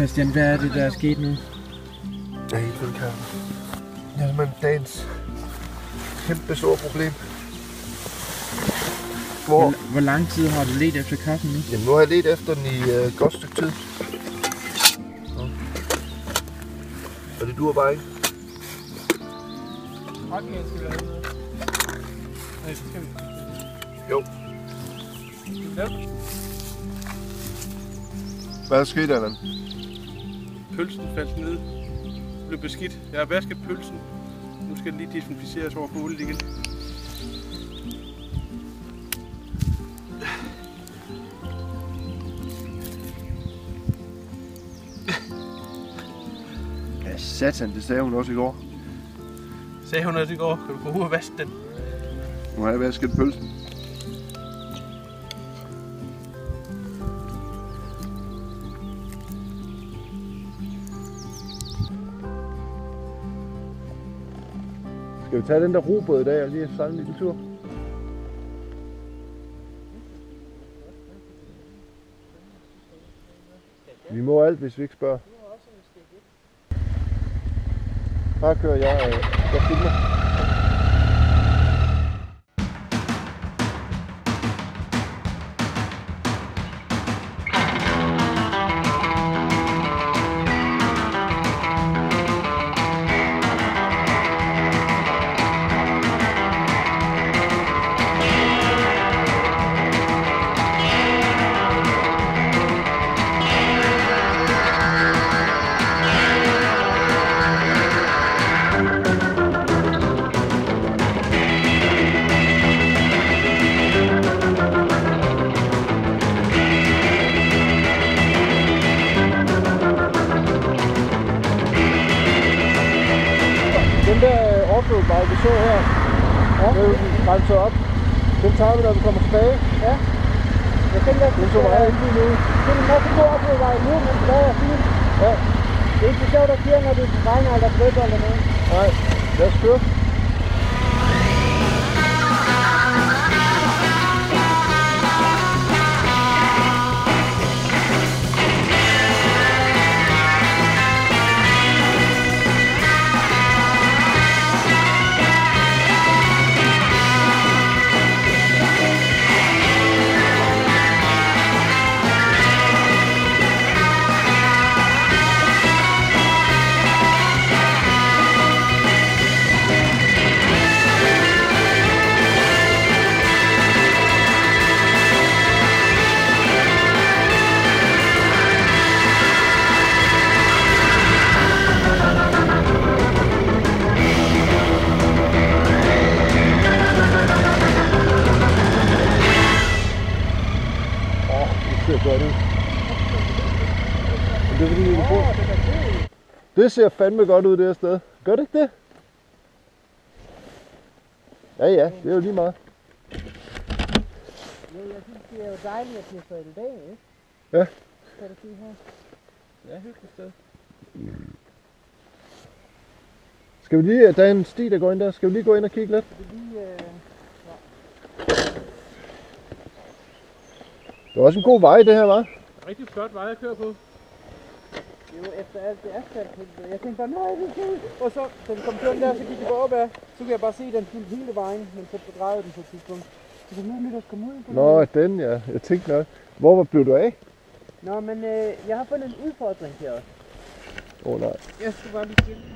Christian, hvad er det, der er sket nu? Jeg er helt vildt kaffe. Det er simpelthen dagens kæmpe store problem. Hvor lang tid har du let efter kaffen nu? Jamen, nu har jeg let efter den i et godt stykke tid. Ja. Og det duer bare ikke. Jo. Hvad er der sket, Allan? Pølsen faldt ned. Det blev beskidt. Jeg har vasket pølsen. Nu skal den lige desinficeres over bålet igen. Ja, satan, det sagde hun også i går. Sagde hun også i går. Kan du gå ud og vaske den? Nu har jeg vasket pølsen. Skal vi tage den der robåd i dag og lige sejle en lille tur? Vi må alt, hvis vi ikke spørger. Bare kører jeg filmer. Den der offroad-vej, vi så her, den bremser op. Den tager vi, når vi kommer tilbage. Ja. Jeg tænker, at den så meget ind lige nu. Det er nok en god offroad-vej nu, men det er fint. Ja. Det er ikke så sjovt at køre, når det regner eller blødder eller noget. Nej, lad os køre. Det ser fandme godt ud det her sted. Gør det ikke det? Ja, det er jo lige meget. Ja, jeg synes, det er jo dejligt, at det er fået i dag, ikke? Ja. Kan du sige her? Ja, hyggeligt sted. Skal vi lige, der er en sti, der går ind der. Skal vi lige gå ind og kigge lidt? Det var også en god vej, det her, var. Rigtig flot vej at køre på. Jo, efter alt det asfalt. Jeg tænkte bare, nej, det er fint. Og så, da vi kom til den der, så gik det op ad. Så kan jeg bare se, at den fyldte hele vejen, men så bedrejede den på et tidspunkt. Så det er nu, der komme ud. Nå, den ja. Jeg tænkte nok. Hvor blev du af? Nå, men jeg har fundet en udfordring her også. Nej. Jeg skal bare lige stille.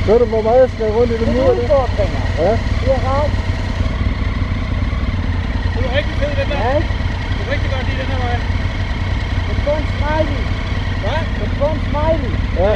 Så du, hvor meget jeg skal rundt i det mur? Det er udfordringer. Ja. Det er rart. Det er rigtig fed, den der. Ja, ikke? Det er rigtig godt lide den her vej. Den får en smiley. Hvad? Den får en smiley. Ja.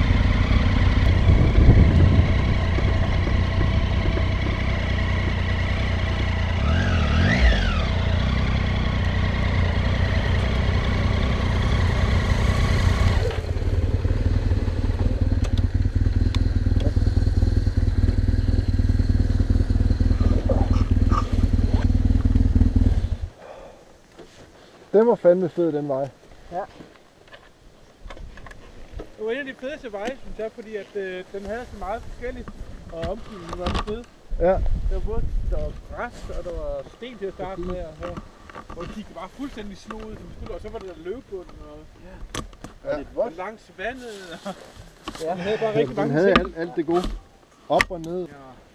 Den var fandme fed, den vej. Ja. Det var en af de fedeste veje, synes jeg, fordi at, den havde så meget forskelligt, og omgivningen var fed. Ja. Der var græs, og der var sten til at starte med, og de gik bare fuldstændig slået, som skulle, og så var der løvbunden, og Ja. langs vandet, og Ja. den havde bare rigtig Den mange havde ting. alt det gode. Op og ned. Ja.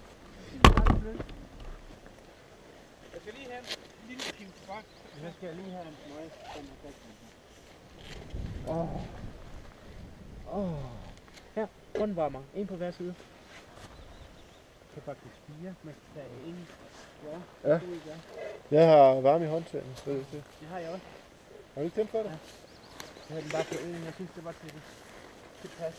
Jeg skal lige have en lille kilo tobak. Så skal jeg lige have en smøg. Her, grundvarmer. En på hver side. Jeg kan faktisk 4, men der er en. Ja. Ja. Jeg har varme i håndtagen. Det har jeg også. Har du ikke tændt for det? Ja. Jeg havde den bare på en. Jeg synes, det var til pas.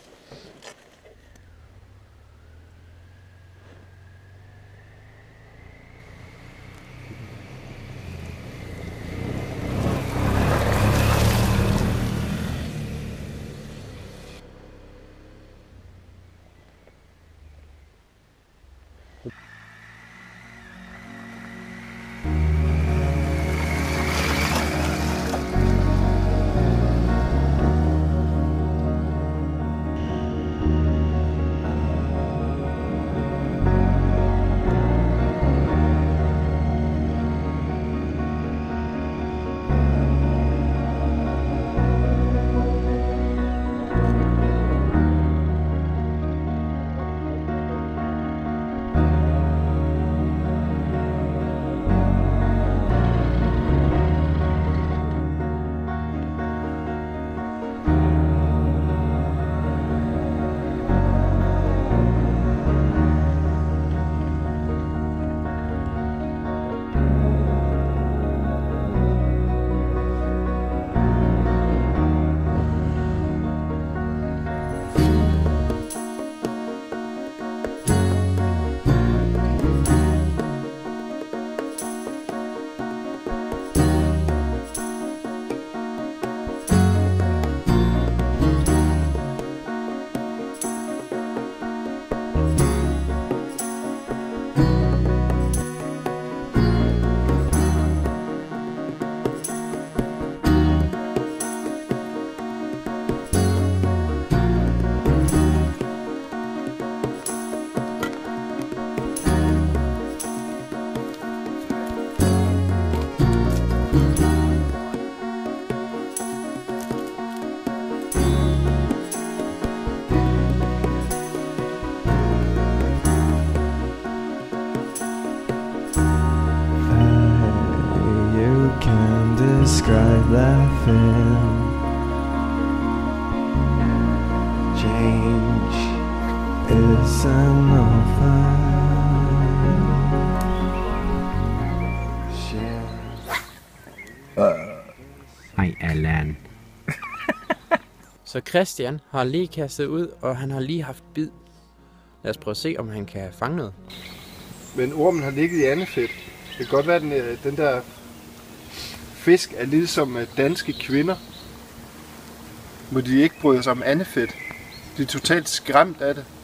describe that feeling. Change is an offer. Hej Allan. Så Christian har lige kastet ud, og han har lige haft bid. Lad os prøve at se, om han kan fange noget. Men ormen har ligget i andefedt. Det kan godt være, at den der fisk er ligesom danske kvinder. Må de ikke bryde sig om andefedt. De er totalt skræmt af det.